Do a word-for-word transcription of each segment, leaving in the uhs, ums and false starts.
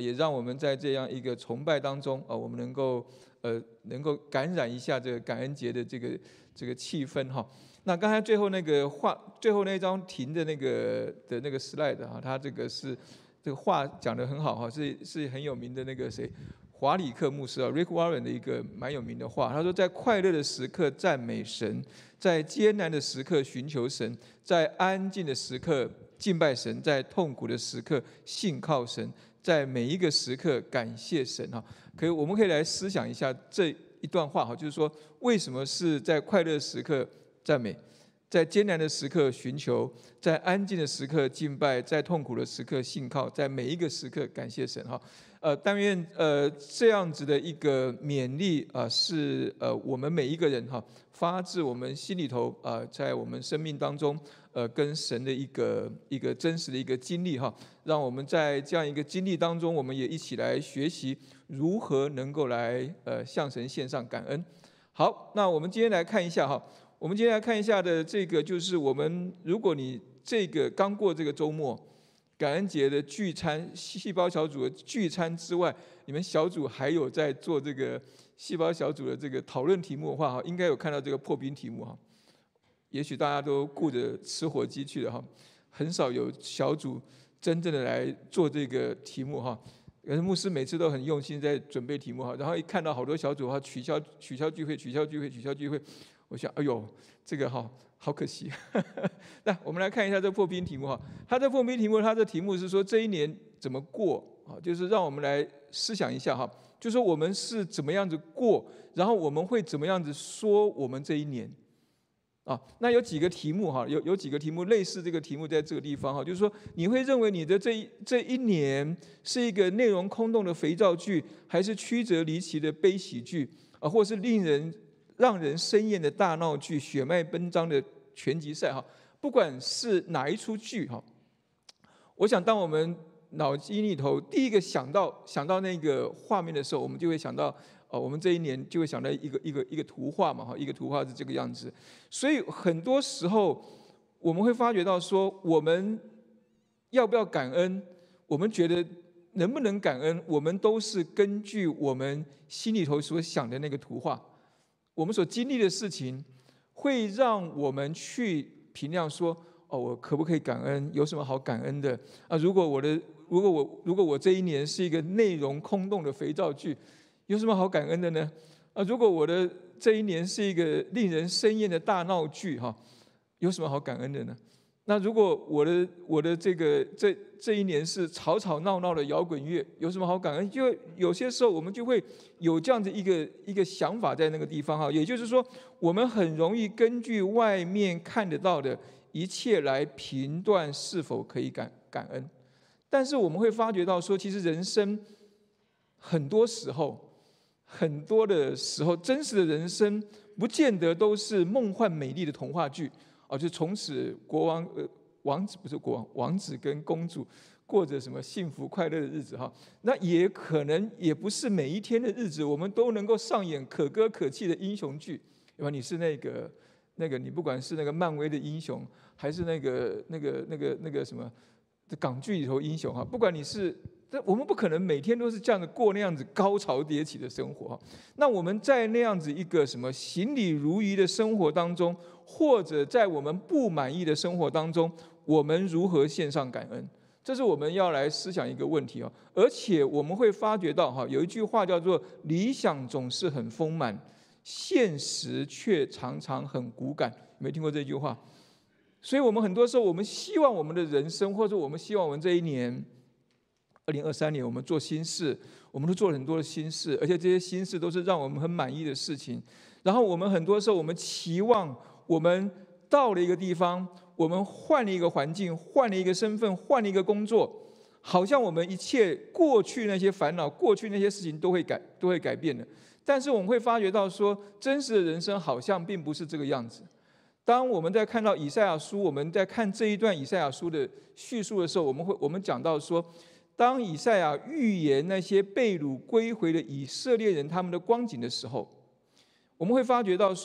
也让我们在这样一个崇拜当中啊，我们能够呃能够感染一下这个感恩节的这个这个气氛哈。那刚才最后那个画，最后那张停的那个的那个 slide 哈，它这个是这个话讲得很好哈，是是很有名的那个谁，华里克牧师啊 ，Rick Warren 的一个蛮有名的话，他说，在快乐的时刻赞美神，在艰难的时刻寻求神，在安静的时刻敬拜神，在痛苦的时刻信靠神，在每一个时刻感谢神哈。可以，我们可以来思想一下这一段话哈，就是说，为什么是在快乐时刻赞美，在艰难的时刻寻求，在安静的时刻敬拜，在痛苦的时刻信靠，在每一个时刻感谢神哈。呃，但愿呃这样子的一个勉励啊、呃，是呃我们每一个人哈，发自我们心里头啊、呃，在我们生命当中呃跟神的一个一个真实的一个经历哈，让我们在这样一个经历当中，我们也一起来学习如何能够来呃向神献上感恩。好，那我们今天来看一下哈。我们今天来看一下的这个，就是我们如果你这个刚过这个周末，感恩节的聚餐，细胞小组的聚餐之外，你们小组还有在做这个细胞小组的这个讨论题目的话，哈，应该有看到这个破冰题目哈。也许大家都顾着吃火鸡去了哈，很少有小组真正的来做这个题目哈。可是牧师每次都很用心在准备题目哈，然后一看到好多小组哈取消取消聚会，取消聚会，取消聚会。我想，哎呦，这个哈好可惜。那我们来看一下这破冰题目哈。它这破冰题目，它的题目是说这一年怎么过啊？就是让我们来思想一下哈，就说我们是怎么样子过，然后我们会怎么样子说我们这一年啊？那有几个题目哈，有有几个题目类似这个题目在这个地方哈，就是说你会认为你的这一这一年是一个内容空洞的肥皂剧，还是曲折离奇的悲喜剧啊，或是令人让人生厌的大闹剧，血脉奔张的拳击赛哈，不管是哪一出剧哈，我想当我们脑筋里头第一个想到想到那个画面的时候，我们就会想到，哦，我们这一年就会想到一个一个一个图画嘛哈，一个图画是这个样子。所以很多时候我们会发觉到说，我们要不要感恩，我们觉得能不能感恩，我们都是根据我们心里头所想的那个图画。我们所经历的事情，会让我们去评量说：哦，我可不可以感恩？有什么好感恩的啊？如果我的，如果我，如果我这一年是一个内容空洞的肥皂剧，有什么好感恩的呢？啊，如果我的这一年是一个令人生厌的大闹剧，哈，有什么好感恩的呢？那如果我的我的这个这这一年是吵吵闹闹的摇滚乐，有什么好感恩？就有些时候我们就会有这样子一个一个想法在那个地方哈，也就是说，我们很容易根据外面看得到的一切来评断是否可以感感恩。但是我们会发觉到说，其实人生很多时候，很多的时候，真实的人生不见得都是梦幻美丽的童话剧。哦，就从此国王呃王子不是国王，王子跟公主过着什么幸福快乐的日子哈？那也可能也不是每一天的日子，我们都能够上演可歌可泣的英雄剧。对吧？你是那个那个，你不管是那个漫威的英雄，还是那个那个那个那个什么港剧里头英雄哈，不管你是。但我们不可能每天都是这样的过那样子高潮迭起的生活。那我们在那样子一个什么行礼如仪的生活当中，或者在我们不满意的生活当中，我们如何献上感恩？这是我们要来思想一个问题哦。而且我们会发觉到哈，有一句话叫做“理想总是很丰满，现实却常常很骨感”。有没有听过这句话？所以我们很多时候，我们希望我们的人生，或者我们希望我们这一年。二零二三年，我们做新事，我们都做了很多的新事，而且这些新事都是让我们很满意的事情。然后我们很多时候，我们期望我们到了一个地方，我们换了一个环境，换了一个身份，换了一个工作，好像我们一切过去那些烦恼、过去那些事情都会改，都会改变的。但是我们会发觉到说，真实的人生好像并不是这个样子。当我们在看到以赛亚书，我们在看这一段以赛亚书的叙述的时候，我们会我们讲到说。当以赛亚预言那些被掳归回的以色列人他们的光景的时候，我们会发觉到说，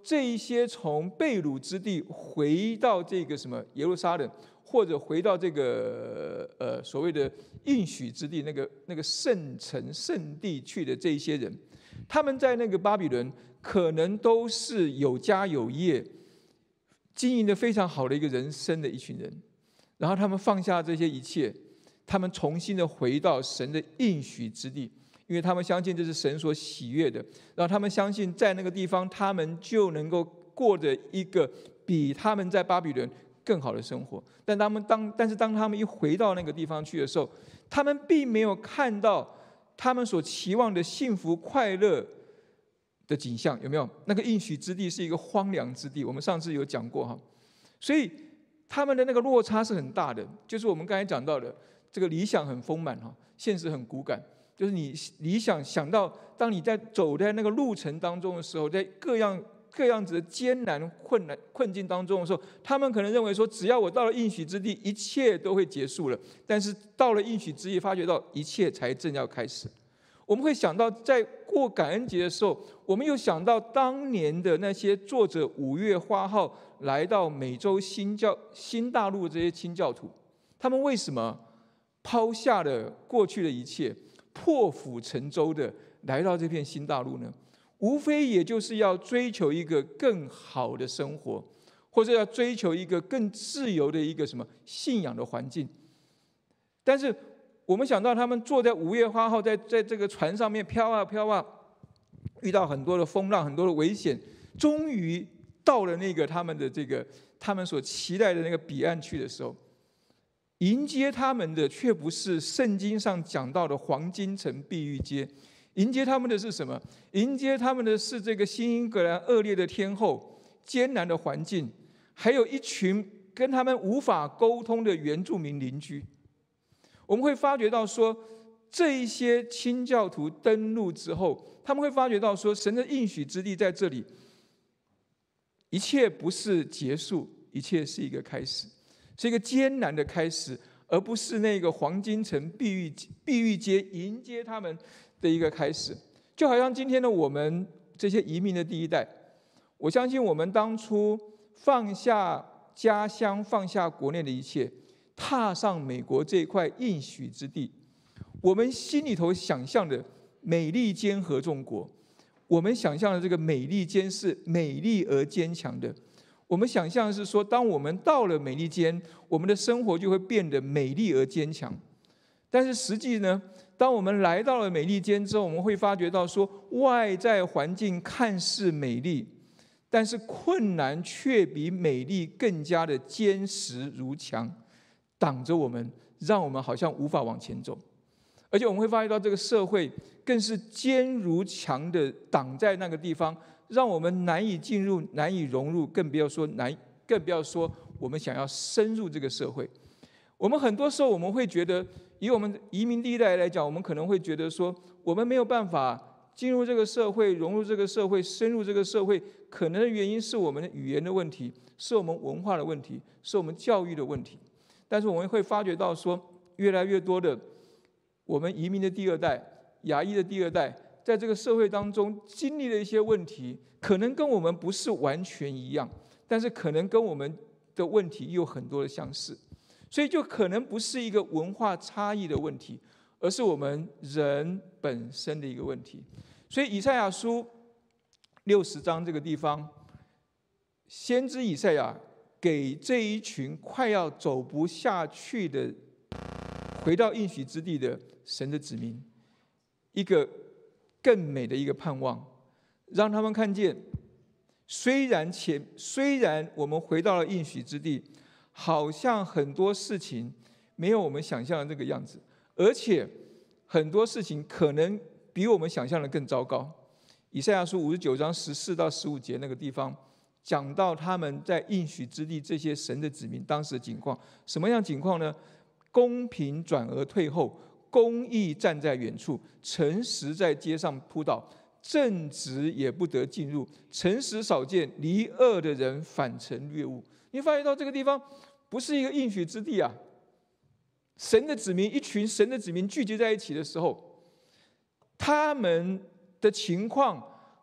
这一些从被掳之地回到这个什么耶路撒冷，或者回到这个呃所谓的应许之地，那个那个圣城圣地去的这一些人，他们在那个巴比伦可能都是有家有业，经营的非常好的一个人生的一群人。然后他们放下这些一切，他们重新的回到神的应许之地，因为他们相信这是神所喜悦的。然后他们相信在那个地方，他们就能够过着一个比他们在巴比伦更好的生活。但他们当但是当他们一回到那个地方去的时候，他们并没有看到他们所期望的幸福快乐的景象，有没有？那个应许之地是一个荒凉之地，我们上次有讲过哈。所以他们的那个落差是很大的，就是我们刚才讲到的，这个理想很丰满哈，现实很骨感。就是你理想想到，当你在走在那个路程当中的时候，在各样各样子的艰难困难困境当中的时候，他们可能认为说，只要我到了应许之地，一切都会结束了。但是到了应许之地，发觉到一切才正要开始。我们会想到，在过感恩节的时候，我们又想到当年的那些坐着五月花号来到美洲新教新大陆的这些清教徒，他们为什么抛下了过去的一切，破釜沉舟的来到这片新大陆呢？无非也就是要追求一个更好的生活，或者要追求一个更自由的一个什么信仰的环境。但是我们想到他们坐在五月花号，在在这个船上面飘啊飘啊，遇到很多的风浪，很多的危险，终于到了那个他们的这个他们所期待的那个彼岸去的时候，迎接他们的却不是圣经上讲到的黄金城碧玉街，迎接他们的是什么？迎接他们的是这个新英格兰恶劣的天候、艰难的环境，还有一群跟他们无法沟通的原住民邻居。我们会发觉到说，这一些清教徒登陆之后，他们会发觉到说，神的应许之地在这里，一切不是结束，一切是一个开始，是一个艰难的开始，而不是那个黄金城碧玉碧玉街迎接他们的一个开始。就好像今天的我们这些移民的第一代，我相信我们当初放下家乡，放下国内的一切，踏上美国这块应许之地，我们心里头想象的美利坚合众国，我们想象的这个美利坚是美丽而坚强的。我们想象的是说，当我们到了美利坚，我们的生活就会变得美丽而坚强。但是实际呢，当我们来到了美利坚之后，我们会发觉到说，外在环境看似美丽，但是困难却比美丽更加的坚实如墙，挡着我们，让我们好像无法往前走。而且我们会发觉到，这个社会更是坚如墙的挡在那个地方，让我们难以进入，难以融入，更不要说难，更不要说我们想要深入这个社会。我们很多时候我们会觉得，以我们移民第一代来讲，我们可能会觉得说，我们没有办法进入这个社会，融入这个社会，深入这个社会，可能的原因是我们的语言的问题，是我们文化的问题，是我们教育的问题。但是我们会发觉到说，越来越多的我们移民的第二代、亚裔的第二代，在这个社会当中经历了一些问题，可能跟我们不是完全一样，但是可能跟我们的问题又有很多的相似，所以就可能不是一个文化差异的问题，而是我们人本身的一个问题。所以以赛亚书六十章这个地方，先知以赛亚给这一群快要走不下去的、回到应许之地的神的子民，一个更美的一个盼望，让他们看见，虽然前虽然我们回到了应许之地，好像很多事情没有我们想象的这个样子，而且很多事情可能比我们想象的更糟糕。以赛亚书五十九章十四到十五节那个地方，讲到他们在应许之地这些神的子民当时的景况。什么样景况呢？公平转而退后，公义站在远处，诚实在街上扑倒，正直也不得进入，诚实少见，离恶的人反成掠物。你发现到这个地方不是一个应许之地啊！神的子民，一群神的子民聚集在一起的时候，他们的情况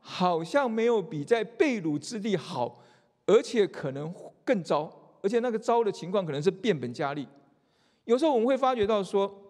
好像没有比在被掳之地好，而且可能更糟，而且那个糟的情况可能是变本加厉。有时候我们会发觉到说，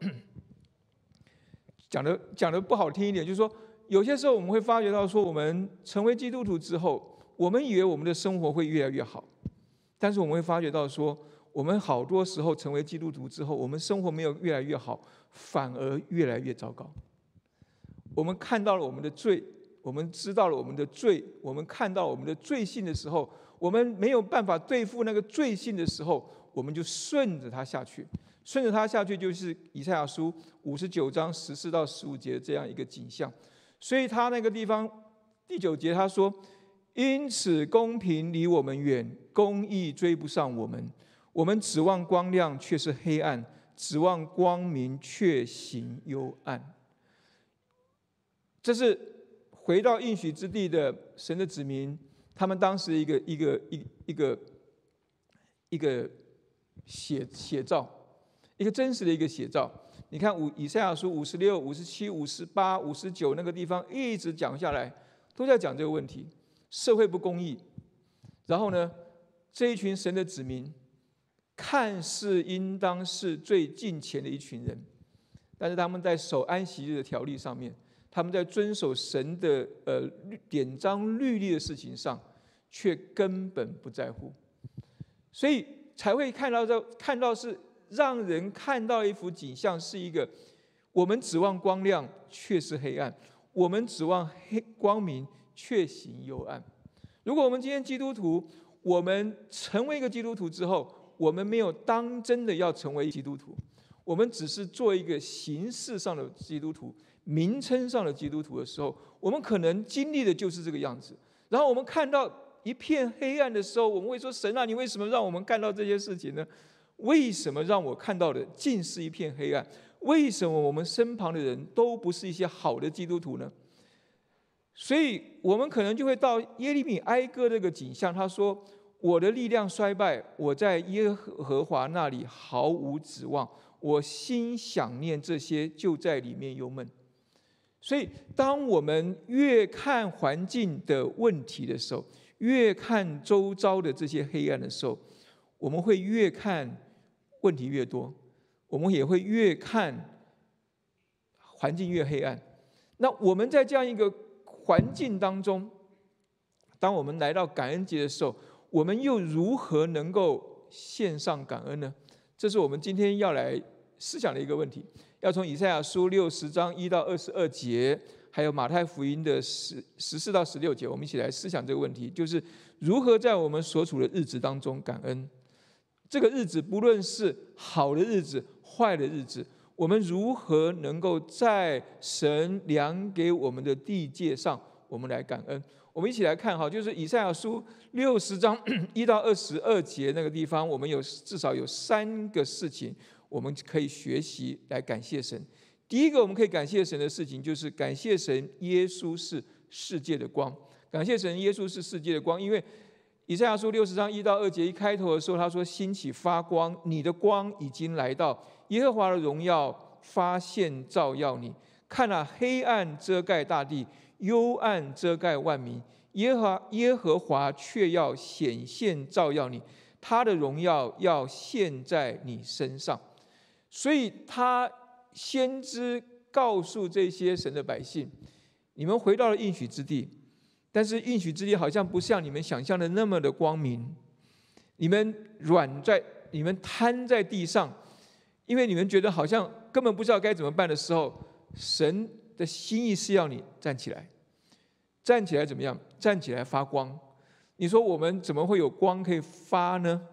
讲的讲的不好听一点，就是说，有些时候我们会发觉到说，我们成为基督徒之后，我们以为我们的生活会越来越好，但是我们会发觉到说，我们好多时候成为基督徒之后，我们生活没有越来越好，反而越来越糟糕。我们看到了我们的罪，我们知道了我们的罪，我们看到我们的罪性的时候，我们没有办法对付那个罪性的时候，我们就顺着它下去，顺着它下去就是以赛亚书五十九章十四到十五节这样一个景象。所以他那个地方第九节他说，因此公平离我们远，公义追不上我们，我们指望光亮却是黑暗，指望光明却行幽暗。这是回到应许之地的神的子民，他们当时一个一个一一个一个写写照，一个真实的一个写照。你看五以赛亚书五十六、五十七、五十八、五十九那个地方一直讲下来，都在讲这个问题：社会不公义。然后呢，这一群神的子民，看似应当是最敬虔的一群人，但是他们在守安息日的条例上面，他们在遵守神的呃典章律例的事情上，却根本不在乎，所以才会看到这看到是让人看到一幅景象，是一个我们指望光亮却是黑暗，我们指望黑光明却行幽暗。如果我们今天基督徒，我们成为一个基督徒之后，我们没有当真的要成为基督徒，我们只是做一个形式上的基督徒，名称上的基督徒的时候，我们可能经历的就是这个样子。然后我们看到一片黑暗的时候，我们会说：神啊，你为什么让我们看到这些事情呢？为什么让我看到的尽是一片黑暗？为什么我们身旁的人都不是一些好的基督徒呢？所以我们可能就会到耶利米哀歌这个景象，他说：我的力量衰败，我在耶和华那里毫无指望，我心想念这些，就在里面忧闷。所以当我们越看环境的问题的时候，越看周遭的这些黑暗的时候，我们会越看问题越多，我们也会越看环境越黑暗。那我们在这样一个环境当中，当我们来到感恩节的时候，我们又如何能够献上感恩呢？这是我们今天要来思想的一个问题。要从以赛亚书六十章一到二十二节，还有马太福音的十十四到十六节，我们一起来思想这个问题，就是如何在我们所处的日子当中感恩。这个日子不论是好的日子、坏的日子，我们如何能够在神量给我们的地界上，我们来感恩。我们一起来看哈，就是以赛亚书六十章一到二十二节那个地方，我们有至少有三个事情我们可以学习来感谢神。第一个我们可以感谢神的事情，就是感谢神耶稣是世界的光。感谢神耶稣是世界的光，因为以赛亚书六十章一到二节一开头的时候，他说：兴起发光，你的光已经来到，耶和华的荣耀发现照耀你。看啊，黑暗遮盖大地，幽暗遮盖万民，耶和耶和华却要显现照耀你，他的荣耀要现在你身上。所以他先知告诉这些神的百姓，你们回到了应许之地，但是应许之地好像不像你们想象的那么的光明，你们软在你们瘫在地上，因为你们觉得好像根本不知道该怎么办的时候，神的心意是要你站起来。站起来怎么样？站起来发光。你说我们怎么会有光可以发呢？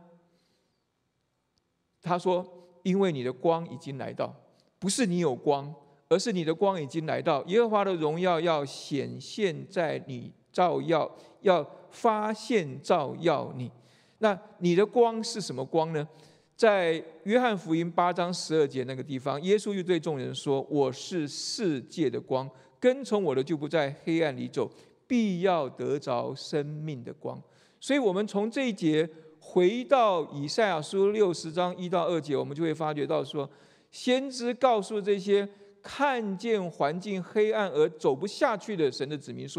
他说：因为你的光已经来到，不是你有光，而是你的光已经来到，耶和华的荣耀要显现在你，照耀，要发现照耀你。那你的光是什么光呢？在约翰福音八章十二节那个地方，耶稣又对众人说：我是世界的光，跟从我的就不在黑暗里走，必要得着生命的光。所以我们从这一节回到以赛亚书六十章一到二节，我们就会发觉到说，先知告诉这些看见环境黑暗而走不下去的神的子民说，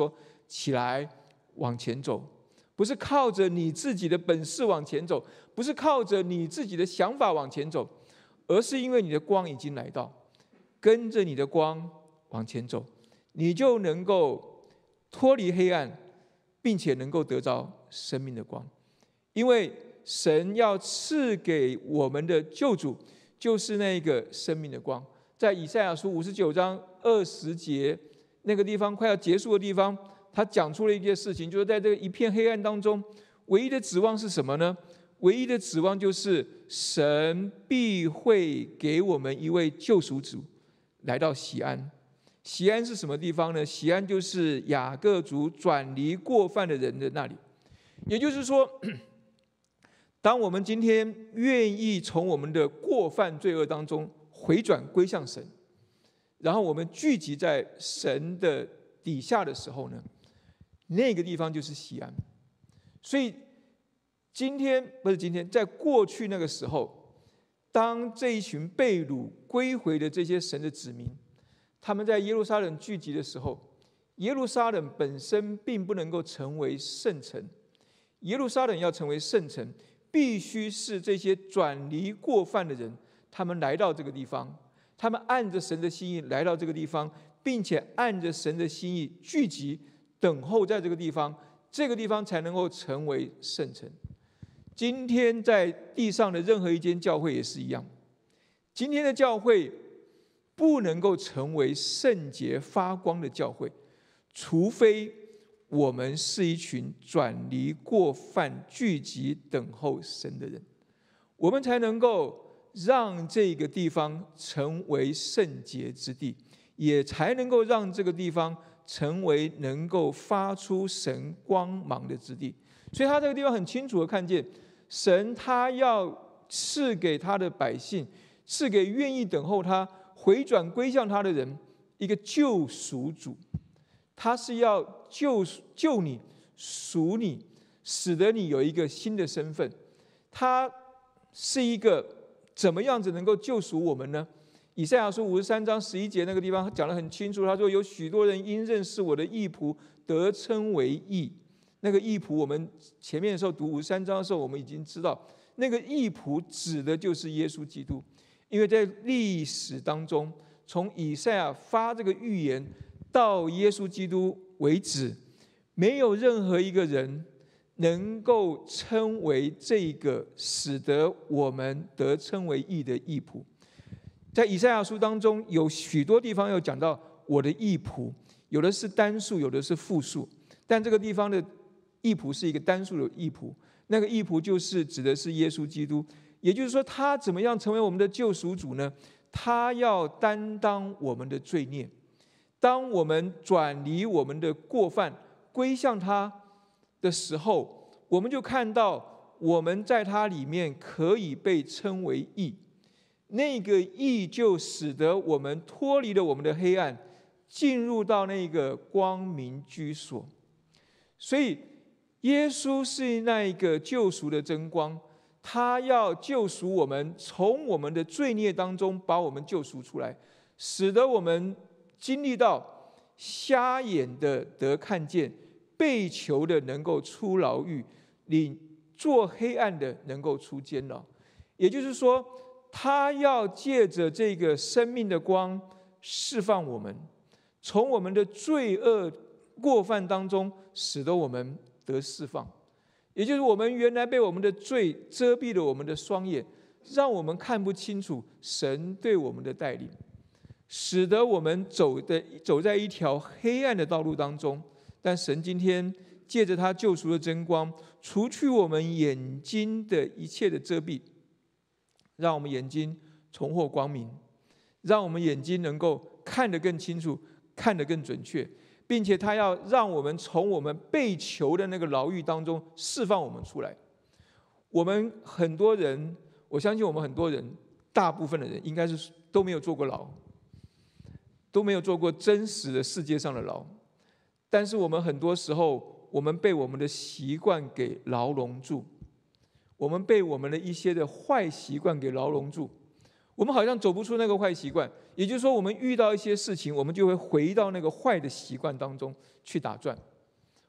起来往前走，不是靠着你自己的本事往前走，不是靠着你自己的想法往前走，而是因为你的光已经来到，跟着你的光往前走，你就能够脱离黑暗，并且能够得着生命的光。因为神要赐给我们的救主就是那个生命的光。在以赛亚书五十九章二十节那个地方快要结束的地方，他讲出了一件事情，就是在这个一片黑暗当中，唯一的指望是什么呢？唯一的指望就是神必会给我们一位救赎主来到锡安。锡安是什么地方呢？锡安就是雅各族转离过犯的人的那里。也就是说，当我们今天愿意从我们的过犯罪恶当中回转归向神，然后我们聚集在神的底下的时候呢，那个地方就是锡安。所以今天不是今天，在过去那个时候，当这一群被掳归回的这些神的子民，他们在耶路撒冷聚集的时候，耶路撒冷本身并不能够成为圣城。耶路撒冷要成为圣城，必须是这些转离过犯的人，他们来到这个地方，他们按着神的心意来到这个地方，并且按着神的心意聚集等候在这个地方，这个地方才能够成为圣城。今天在地上的任何一间教会也是一样，今天的教会不能够成为圣洁发光的教会，除非我们是一群转离过犯聚集等候神的人，我们才能够让这个地方成为圣洁之地，也才能够让这个地方成为能够发出神光芒的之地。所以他这个地方很清楚的看见，神他要赐给他的百姓，赐给愿意等候他回转归向他的人一个救赎主。他是要救救你，赎你，使得你有一个新的身份。他是一个怎么样子能够救赎我们呢？以赛亚书五十三章十一节那个地方讲得很清楚，他说有许多人因认识我的义仆得称为义。那个义仆，我们前面的时候读五十三章的时候，我们已经知道，那个义仆指的就是耶稣基督。因为在历史当中，从以赛亚发这个预言到耶稣基督为止，没有任何一个人能够称为这个使得我们得称为义的义仆。在以赛亚书当中，有许多地方有讲到我的义仆，有的是单数，有的是复数，但这个地方的义仆是一个单数的义仆，那个义仆就是指的是耶稣基督。也就是说，他怎么样成为我们的救赎主呢？他要担当我们的罪孽。当我们转离我们的过犯，归向他的时候，我们就看到我们在他里面可以被称为义。那个义就使得我们脱离了我们的黑暗，进入到那个光明居所。所以耶稣是那一个救赎的真光，他要救赎我们，从我们的罪孽当中把我们救赎出来，使得我们经历到瞎眼的得看见，被囚的能够出牢狱，领做黑暗的能够出监牢。也就是说，他要借着这个生命的光释放我们，从我们的罪恶过犯当中使得我们得释放。也就是我们原来被我们的罪遮蔽了我们的双眼，让我们看不清楚神对我们的带领，使得我们走的走在一条黑暗的道路当中。但神今天借着他救赎的真光，除去我们眼睛的一切的遮蔽，让我们眼睛重获光明，让我们眼睛能够看得更清楚，看得更准确，并且他要让我们从我们被囚的那个牢狱当中释放我们出来。我们很多人，我相信我们很多人，大部分的人应该是都没有坐过牢，都没有坐过真实的世界上的牢。但是我们很多时候，我们被我们的习惯给牢笼住，我们被我们的一些的坏习惯给牢笼住，我们好像走不出那个坏习惯。也就是说，我们遇到一些事情，我们就会回到那个坏的习惯当中去打转。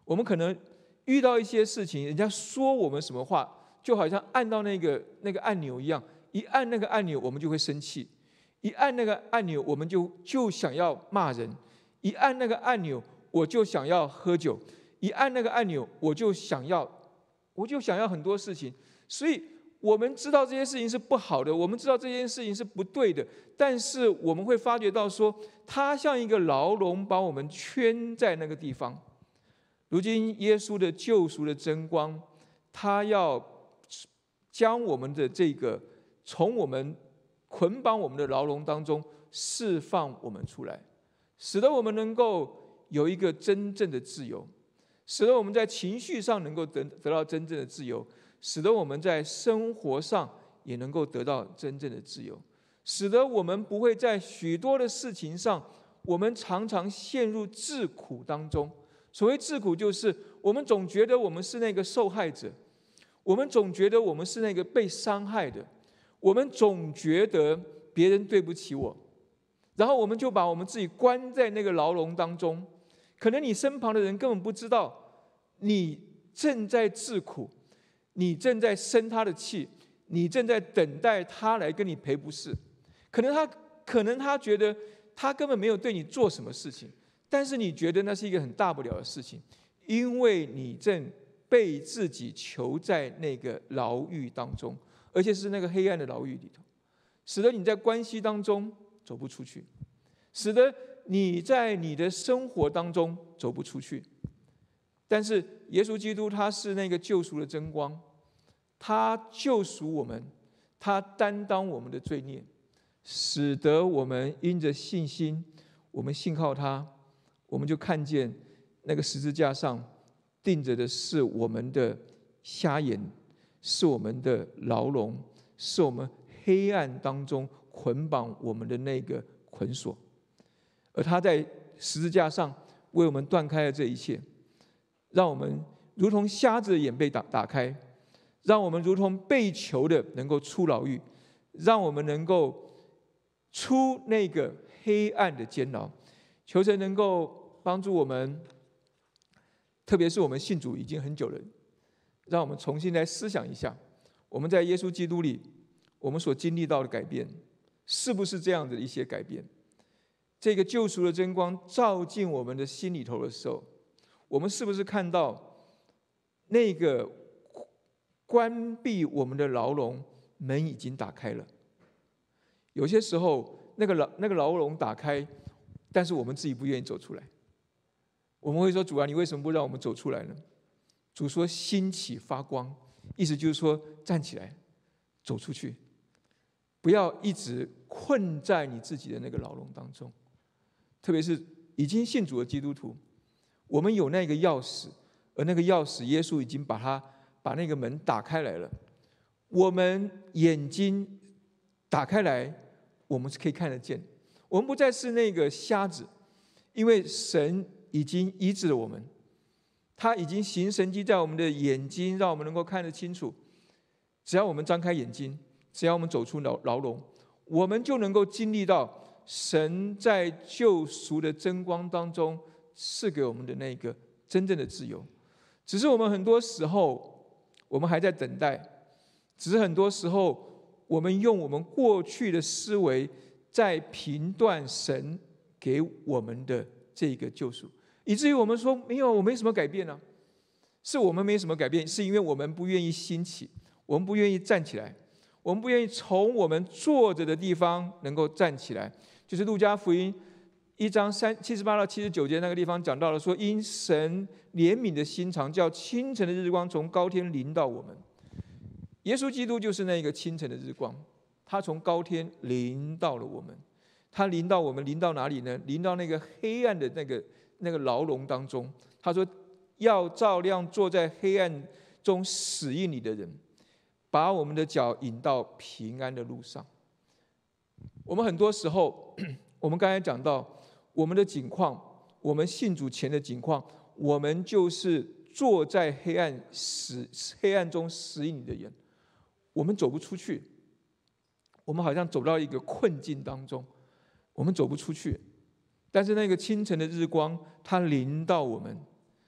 我们可能遇到一些事情，人家说我们什么话，就好像按到那个那个按钮一样，一按那个按钮，我们就会生气；一按那个按钮，我们就就想要骂人；一按那个按钮，我就想要喝酒；一按那个按钮，我就想要，我就想要很多事情。所以我们知道这些事情是不好的，我们知道这件事情是不对的，但是我们会发觉到说，它像一个牢笼，把我们圈在那个地方。如今耶稣的救赎的真光，他要将我们的这个从我们捆绑我们的牢笼当中释放我们出来，使得我们能够有一个真正的自由，使得我们在情绪上能够得得到真正的自由，使得我们在生活上也能够得到真正的自由，使得我们不会在许多的事情上，我们常常陷入自苦当中。所谓自苦，就是我们总觉得我们是那个受害者，我们总觉得我们是那个被伤害的，我们总觉得别人对不起我，然后我们就把我们自己关在那个牢笼当中。可能你身旁的人根本不知道你正在自苦，你正在生他的气，你正在等待他来跟你赔不是。可能他可能他觉得他根本没有对你做什么事情，但是你觉得那是一个很大不了的事情，因为你正被自己囚在那个牢狱当中，而且是那个黑暗的牢狱里头，使得你在关系当中走不出去，使得你在你的生活当中走不出去。但是耶稣基督他是那个救赎的真光，他救赎我们，他担当我们的罪孽，使得我们因着信心，我们信靠他，我们就看见那个十字架上钉着的是我们的瞎眼，是我们的牢笼，是我们黑暗当中捆绑我们的那个捆锁。而他在十字架上为我们断开了这一切，让我们如同瞎子的眼被打打开，让我们如同被囚的能够出牢狱，让我们能够出那个黑暗的监牢。求神能够帮助我们，特别是我们信主已经很久了，让我们重新来思想一下，我们在耶稣基督里我们所经历到的改变，是不是这样的一些改变？这个救赎的真光照进我们的心里头的时候，我们是不是看到那个关闭我们的牢笼门已经打开了？有些时候那个牢那个牢笼打开，但是我们自己不愿意走出来。我们会说，主啊，你为什么不让我们走出来呢？主说兴起发光，意思就是说站起来走出去，不要一直困在你自己的那个牢笼当中。特别是已经信主的基督徒，我们有那个钥匙，而那个钥匙耶稣已经把它把那个门打开来了。我们眼睛打开来，我们是可以看得见，我们不再是那个瞎子，因为神已经医治了我们，他已经行神迹在我们的眼睛，让我们能够看得清楚。只要我们张开眼睛，只要我们走出牢牢笼，我们就能够经历到神在救赎的真光当中赐给我们的那个真正的自由。只是我们很多时候我们还在等待，只是很多时候我们用我们过去的思维在评断神给我们的这个救赎，以至于我们说没有，我没什么改变啊。是我们没什么改变，是因为我们不愿意兴起，我们不愿意站起来，我们不愿意从我们坐着的地方能够站起来。就是路加福音一章三七十八到七十九节那个地方讲到了说，因神怜悯的心肠，叫清晨的日光从高天临到我们。耶稣基督就是那个清晨的日光，他从高天临到了我们。他临到我们，临到哪里呢？临到那个黑暗的那个那个牢笼当中。他说要照亮坐在黑暗中死荫里的人，把我们的脚引到平安的路上。我们很多时候，我们刚才讲到我们的境况，我们信主前的境况，我们就是坐在黑暗死黑暗中死荫里的人，我们走不出去，我们好像走到一个困境当中，我们走不出去。但是那个清晨的日光，它临到我们，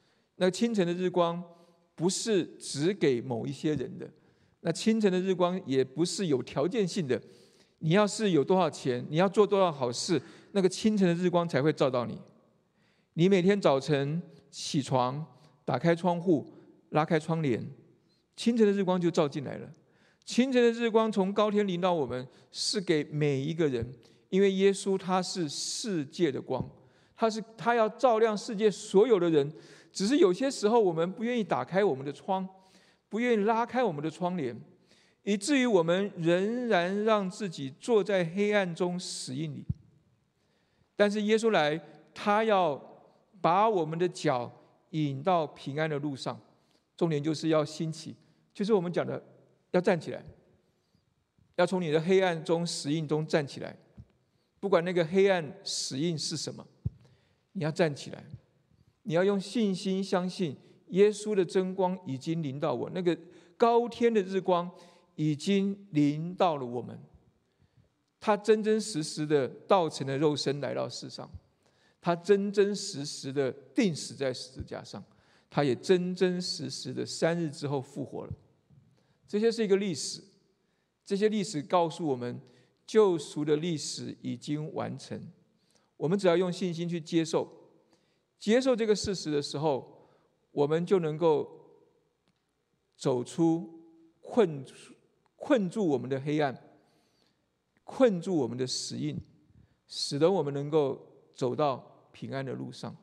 那清晨的日光不是只给某一些人的，那清晨的日光也不是有条件性的。你要是有多少钱，你要做多少好事，那个清晨的日光才会照到你。你每天早晨起床，打开窗户，拉开窗帘，清晨的日光就照进来了。清晨的日光从高天临到我们，是给每一个人，因为耶稣他是世界的光，他是他要照亮世界所有的人。只是有些时候我们不愿意打开我们的窗，不愿意拉开我们的窗帘，以至于我们仍然让自己坐在黑暗中死荫里。但是耶稣来，他要把我们的脚引到平安的路上，重点就是要兴起，就是我们讲的要站起来，要从你的黑暗中死荫中站起来。不管那个黑暗死荫是什么，你要站起来，你要用信心相信耶稣的真光已经临到我，那个高天的日光已经临到了我们，他真真实实的道成了肉身来到世上，他真真实实的钉死在十字架上，他也真真实实的三日之后复活了。这些是一个历史，这些历史告诉我们救赎的历史已经完成，我们只要用信心去接受接受这个事实的时候，我们就能够走出困困住我们的黑暗，困住我们的死荫，使得我们能够走到平安的路上。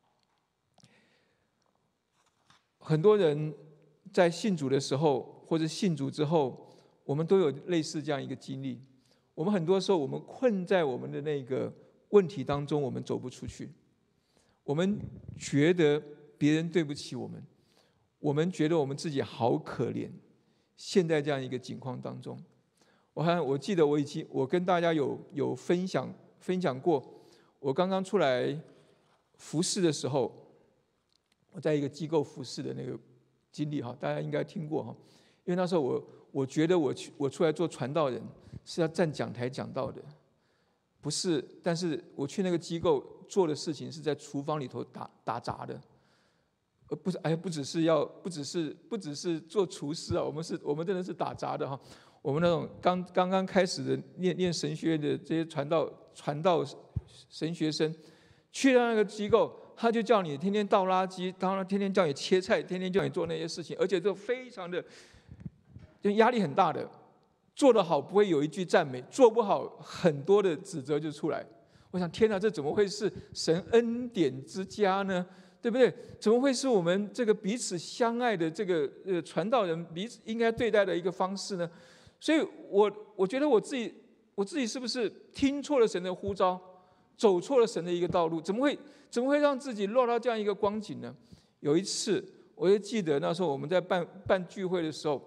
很多人在信主的时候，或者信主之后，我们都有类似这样一个经历。我们很多时候，我们困在我们的那个问题当中，我们走不出去。我们觉得别人对不起我们，我们觉得我们自己好可怜。现在这样一个境况当中，我还我记得我已经我跟大家有有分享分享过，我刚刚出来服侍的时候，我在一个机构服侍的那个经历哈，大家应该听过哈。因为那时候我我觉得我去我出来做传道人是要站讲台讲道的，不是，但是我去那个机构做的事情是在厨房里头打打杂的，呃，不是，哎，不只是要，不只是不只是做厨师啊，我们是，我们真的是打杂的哈。我们那种刚刚刚开始的念念神学院的这些传道传道神学生，去到那个机构，他就叫你天天倒垃圾，当然天天叫你切菜，天天叫你做那些事情，而且都非常的，就压力很大的。做得好不会有一句赞美，做不好很多的指责就出来。我想，天哪，这怎么会是神恩典之家呢？对不对？怎么会是我们这个彼此相爱的这个呃传道人彼此应该对待的一个方式呢？所以我我觉得我自己我自己是不是听错了神的呼召，走错了神的一个道路？怎么会怎么会让自己落到这样一个光景呢？有一次，我就记得那时候我们在办办聚会的时候，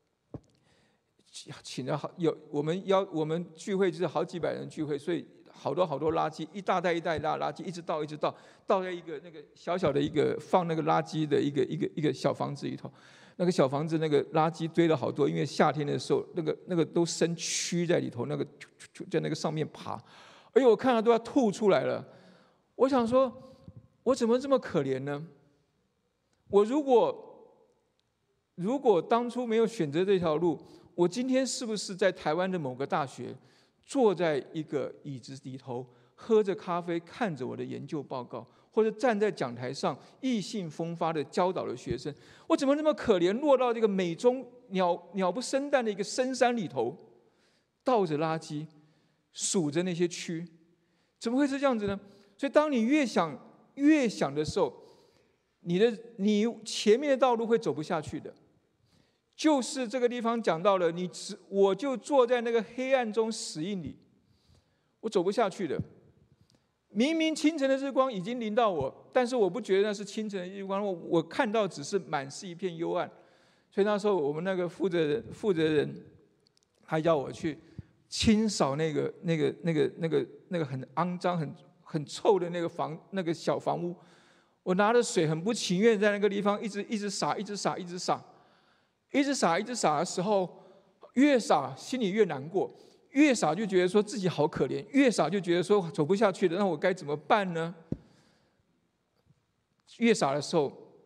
请了好有我们邀我们聚会就是好几百人聚会，所以好多好多垃圾，一大袋一大袋垃圾，一直倒一直倒，倒在一个那个小小的一个放那个垃圾的一个一个一个小房子里头。那个小房子那个垃圾堆了好多，因为夏天的时候那个那个都生蛆在里头，那个在那个上面爬，哎呦，我看到都要吐出来了。我想说，我怎么这么可怜呢？我如果如果当初没有选择这条路，我今天是不是在台湾的某个大学，坐在一个椅子里头，喝着咖啡，看着我的研究报告，或者站在讲台上意兴风发的教导的学生？我怎么那么可怜，落到这个美中鸟鸟不生蛋的一个深山里头，倒着垃圾，数着那些蛆？怎么会是这样子呢？所以，当你越想越想的时候，你的你前面的道路会走不下去的。就是这个地方讲到了，你只我就坐在那个黑暗中死荫里，我走不下去的。明明清晨的日光已经临到我，但是我不觉得那是清晨的日光，我我看到只是满是一片幽暗。所以那时候我们那个负责人负责人，他要我去清扫那个那个那个那个那个很肮脏、很很臭的那个房那个小房屋。我拿着水很不情愿在那个地方一直一直洒，一直洒，一直洒。一直洒一直洒的时候，越洒心里越难过，越洒就觉得说自己好可怜，越洒就觉得说走不下去了，那我该怎么办呢？越洒的时候，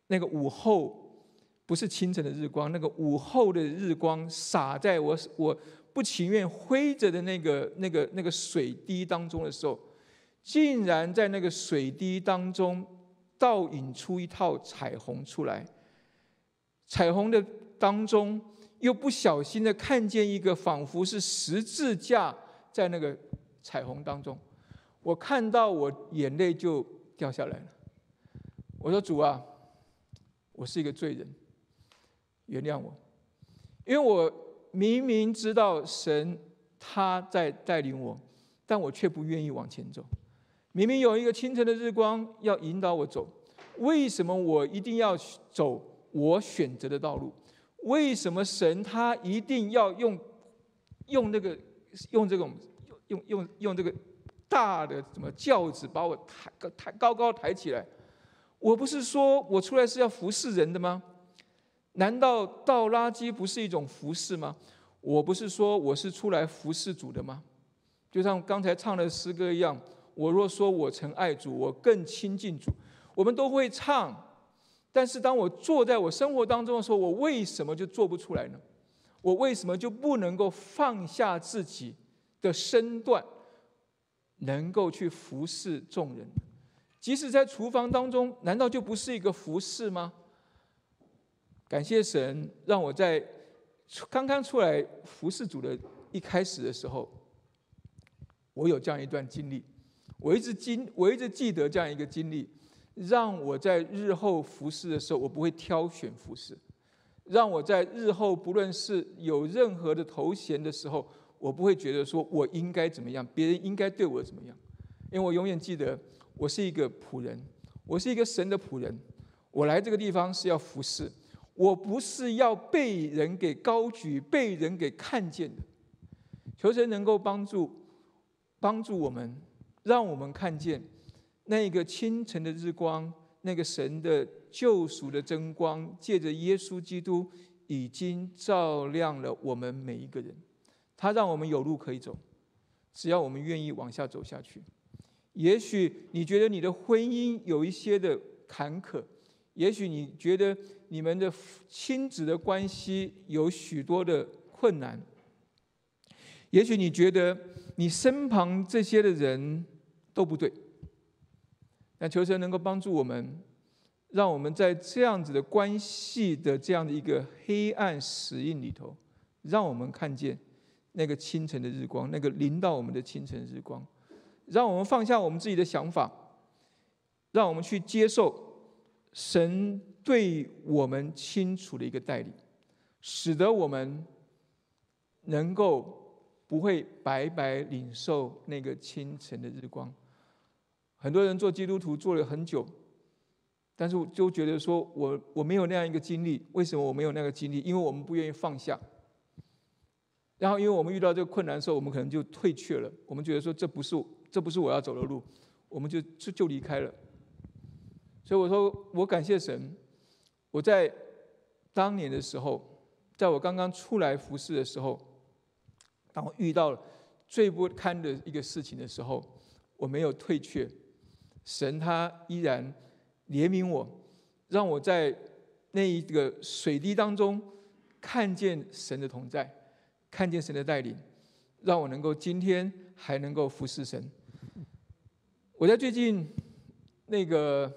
那个午后不是清晨的日光，那个午后的日光洒在我我不情愿挥着的那个那个那个水滴当中的时候，竟然在那个水滴当中倒影出一套彩虹出来。彩虹的当中，又不小心的看见一个仿佛是十字架在那个彩虹当中，我看到我眼泪就掉下来了。我说主啊，我是一个罪人，原谅我，因为我明明知道神他在带领我，但我却不愿意往前走。明明有一个清晨的日光要引导我走，为什么我一定要走我选择的道路？为什么神他一定要用用那个用这种用用用这个大的什么轿子把我抬抬高高抬起来？我不是说我出来是要服侍人的吗？难道倒垃圾不是一种服侍吗？我不是说我是出来服侍主的吗？就像刚才唱的诗歌一样，我若说我曾爱主，我更亲近主。我们都会唱，但是当我坐在我生活当中的时候，我为什么就做不出来呢？我为什么就不能够放下自己的身段，能够去服侍众人？即使在厨房当中，难道就不是一个服侍吗？感谢神，让我在刚刚出来服侍主的一开始的时候，我有这样一段经历。我一直经，我一直记得这样一个经历，让我在日后服侍的时候，我不会挑选服侍；让我在日后不论是有任何的头衔的时候，我不会觉得说我应该怎么样，别人应该对我怎么样，因为我永远记得，我是一个仆人，我是一个神的仆人，我来这个地方是要服侍，我不是要被人给高举、被人给看见的。求神能够帮助帮助我们，让我们看见那个清晨的日光，那个神的救赎的真光，借着耶稣基督已经照亮了我们每一个人，他让我们有路可以走，只要我们愿意往下走下去。也许你觉得你的婚姻有一些的坎坷，也许你觉得你们的亲子的关系有许多的困难，也许你觉得你身旁这些的人都不对，但求神能够帮助我们，让我们在这样子的关系的这样的一个黑暗死印里头，让我们看见那个清晨的日光，那个临到我们的清晨日光，让我们放下我们自己的想法，让我们去接受神对我们清楚的一个带领，使得我们能够不会白白领受那个清晨的日光。很多人做基督徒做了很久，但是就觉得说我我没有那样一个经历。为什么我没有那个经历？因为我们不愿意放下。然后因为我们遇到这个困难的时候，我们可能就退却了，我们觉得说这不是这不是我要走的路，我们就就就离开了。所以我说我感谢神，我在当年的时候，在我刚刚出来服侍的时候，当我遇到了最不堪的一个事情的时候，我没有退却，神他依然怜悯我，让我在那一个水滴当中看见神的同在，看见神的带领，让我能够今天还能够服侍神。我在最近那个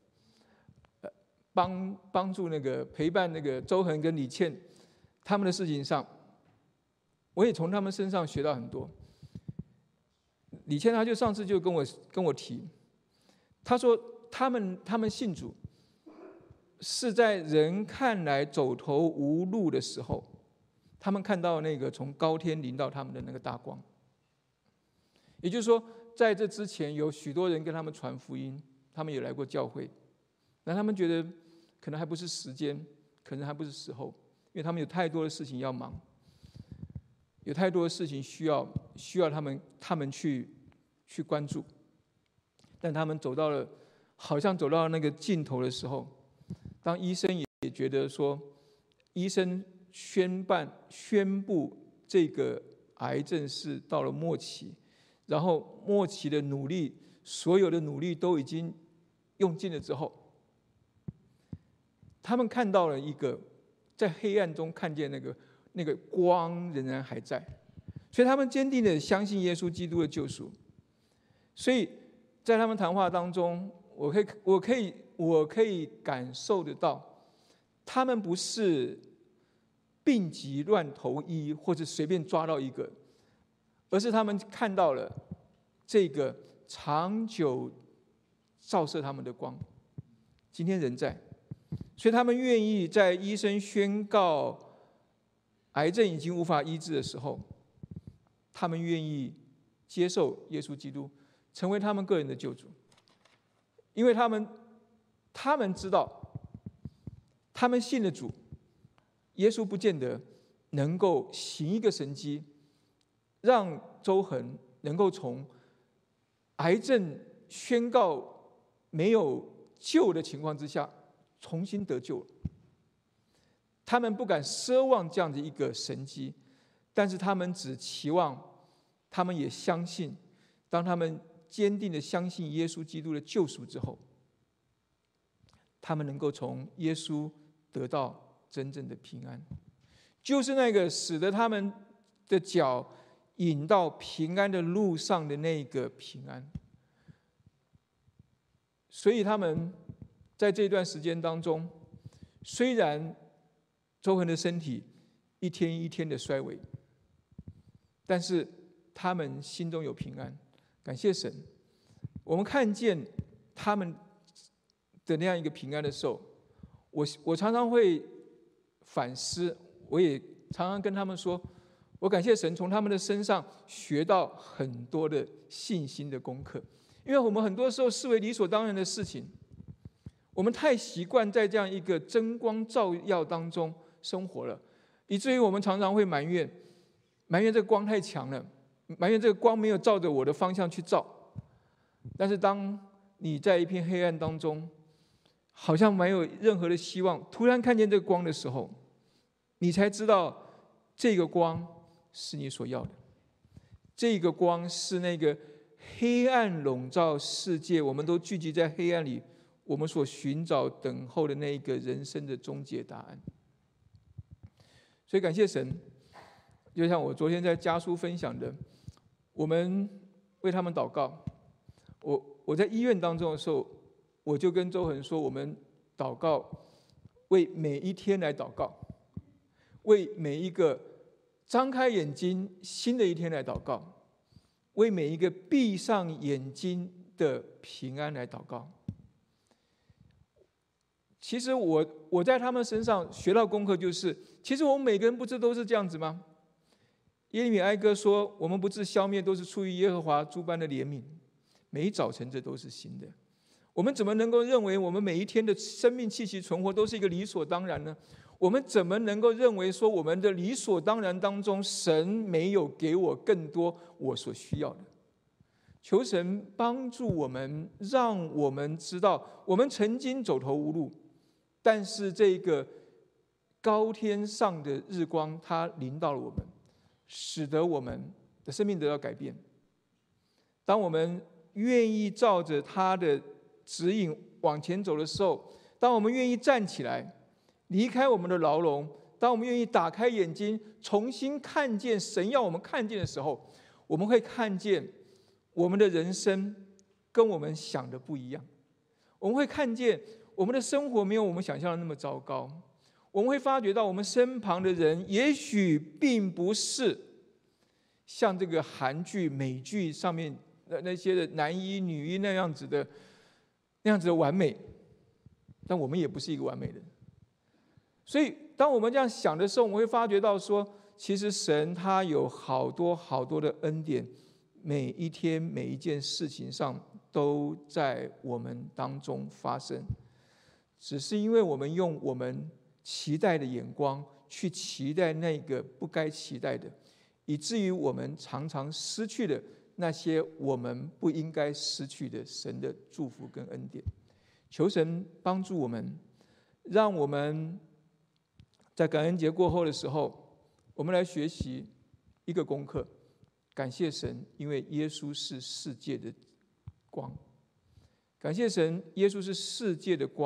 帮帮助那个陪伴那个周恒跟李倩他们的事情上，我也从他们身上学到很多。李倩他就上次就跟我跟我提，他说他们他们信主是在人看来走投无路的时候，他们看到那个从高天临到他们的那个大光。也就是说，在这之前有许多人跟他们传福音，他们也来过教会，但他们觉得可能还不是时间，可能还不是时候，因为他们有太多的事情要忙，有太多的事情需要需要他们他们去去关注。但他们走到了，好像走到了那个尽头的时候，当医生也觉得说，医生宣办宣布这个癌症是到了末期，然后末期的努力，所有的努力都已经用尽了之后， 他们看到了一个在黑暗中看见那个那个光仍然还在，所以他们坚定的相信耶稣基督的救赎。所以在他们谈话当中，我可以我可以我可以感受得到，他们不是病急乱投医或者随便抓到一个，而是他们看到了这个长久照射他们的光，今天仍在。所以他们愿意在医生宣告癌症已经无法医治的时候，他们愿意接受耶稣基督成为他们个人的救主，因为他们他们知道，他们信的主耶稣不见得能够行一个神迹，让周恒能够从癌症宣告没有救的情况之下重新得救了。他们不敢奢望这样的一个神迹，但是他们只期望，他们也相信，当他们坚定的相信耶稣基督的救赎之后，他们能够从耶稣得到真正的平安，就是那个使得他们的脚引到平安的路上的那个平安。所以他们在这段时间当中，虽然周恒的身体一天一天的衰微，但是他们心中有平安，感谢神。我们看见他们的那样一个平安的时候，我我常常会反思，我也常常跟他们说，我感谢神从他们的身上学到很多的信心的功课，因为我们很多时候视为理所当然的事情，我们太习惯在这样一个真光照耀当中生活了，以至于我们常常会埋怨，埋怨这个光太强了，埋怨这个光没有照着我的方向去照。但是当你在一片黑暗当中，好像没有任何的希望，突然看见这个光的时候，你才知道这个光是你所要的，这个光是那个黑暗笼罩世界，我们都聚集在黑暗里，我们所寻找等候的那一个人生的终结答案。所以感谢神，就像我昨天在家书分享的，我们为他们祷告。我我在医院当中的时候，我就跟周恒说，我们祷告，为每一天来祷告，为每一个张开眼睛新的一天来祷告，为每一个闭上眼睛的平安来祷告。其实我我在他们身上学到功课就是，其实我们每个人不是都是这样子吗？耶利米哀歌说，我们不致消灭，都是出于耶和华诸般的怜悯，每一早晨这都是新的。我们怎么能够认为我们每一天的生命气息存活都是一个理所当然呢？我们怎么能够认为说我们的理所当然当中，神没有给我更多我所需要的？求神帮助我们，让我们知道我们曾经走投无路，但是这个高天上的日光它临到了我们，使得我们的生命得到改变。当我们愿意照着他的指引往前走的时候，当我们愿意站起来离开我们的牢笼，当我们愿意打开眼睛重新看见神要我们看见的时候，我们会看见我们的人生跟我们想的不一样。我们会看见我们的生活没有我们想象的那么糟糕，我们会发觉到我们身旁的人也许并不是像这个韩剧美剧上面那些的男一女一那样子的那样子的完美，但我们也不是一个完美的人。所以当我们这样想的时候，我们会发觉到说，其实神他有好多好多的恩典，每一天每一件事情上都在我们当中发生，只是因为我们用我们期待的眼光去期待那个不该期待的，以至于我们常常失去了那些我们不应该失去的神的祝福跟恩典。求神帮助我们，让我们在感恩节过后的时候，我们来学习一个功课。感谢神，因为耶稣是世界的光。感谢神，耶稣是世界的光，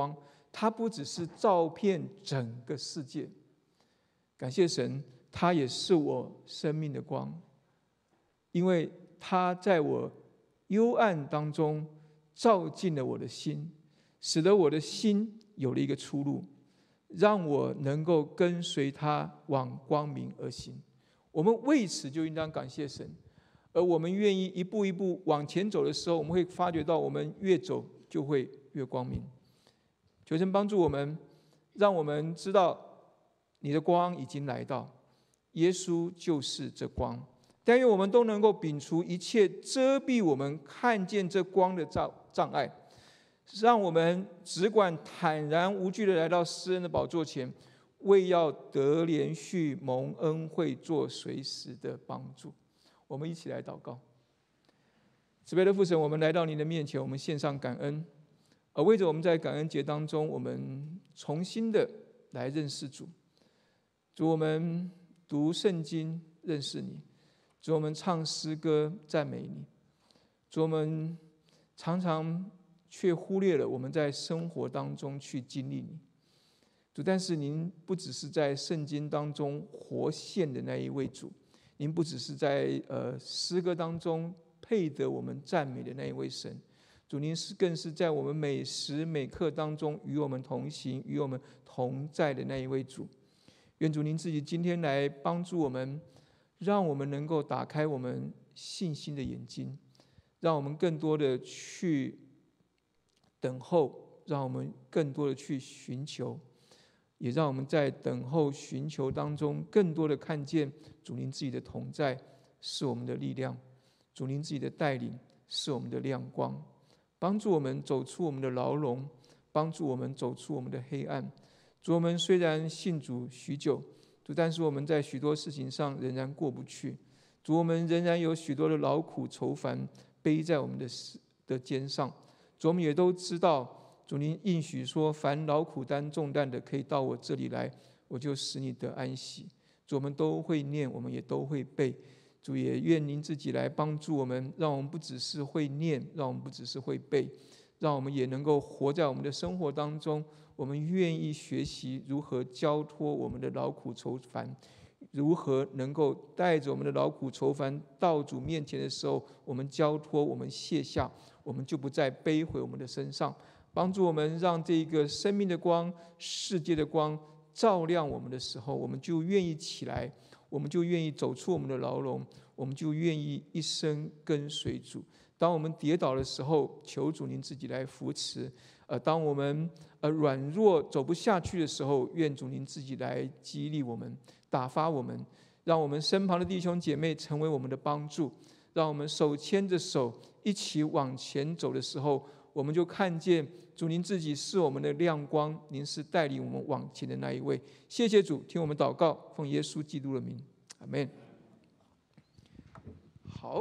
它不只是照遍整个世界。感谢神，它也是我生命的光，因为它在我幽暗当中照进了我的心，使得我的心有了一个出路，让我能够跟随它往光明而行。我们为此就应当感谢神，而我们愿意一步一步往前走的时候，我们会发觉到我们越走就会越光明。求神帮助我们，让我们知道你的光已经来到，耶稣就是这光。但愿我们都能够摒除一切遮蔽我们看见这光的障碍，让我们只管坦然无惧的来到施恩的宝座前，为要得连续蒙恩惠，做随时的帮助。我们一起来祷告。慈悲的父神，我们来到您的面前，我们献上感恩，而为着我们在感恩节当中，我们重新的来认识主。主，我们读圣经认识你，主，我们唱诗歌赞美你，主，我们常常却忽略了我们在生活当中去经历你。主，但是您不只是在圣经当中活现的那一位主，您不只是在呃诗歌当中配得我们赞美的那一位神，主，您是更是在我们每时每刻当中与我们同行、与我们同在的那一位主。愿主您自己今天来帮助我们，让我们能够打开我们信心的眼睛，让我们更多的去等候，让我们更多的去寻求，也让我们在等候寻求当中更多的看见主您自己的同在是我们的力量，主您自己的带领是我们的亮光，帮助我们走出我们的牢笼，帮助我们走出我们的黑暗。主，我们虽然信主许久，主，但是我们在许多事情上仍然过不去。主，我们仍然有许多的劳苦愁烦背在我们的的肩上。主，我们也都知道，主您应许说，凡劳苦担重担的，可以到我这里来，我就使你得安息。主，我们都会念，我们也都会背。主，也愿您自己来帮助我们，让我们不只是会念，让我们不只是会背，让我们也能够活在我们的生活当中。我们愿意学习如何交托我们的劳苦愁烦，如何能够带着我们的劳苦愁烦到主面前的时候，我们交托，我们卸下，我们就不再背回我们的身上。帮助我们，让这个生命的光、世界的光照亮我们的时候，我们就愿意起来，我们就愿意走出我们的牢笼，我们就愿意一生跟随主。当我们跌倒的时候，求主您自己来扶持。呃，当我们呃软弱走不下去的时候，愿主您自己来激励我们，打发我们，让我们身旁的弟兄姐妹成为我们的帮助，让我们手牵着手一起往前走的时候，我们就看见主您自己是我们的亮光，您是带领我们往前的那一位。谢谢主，听我们祷告，奉耶稣基督的名，阿们。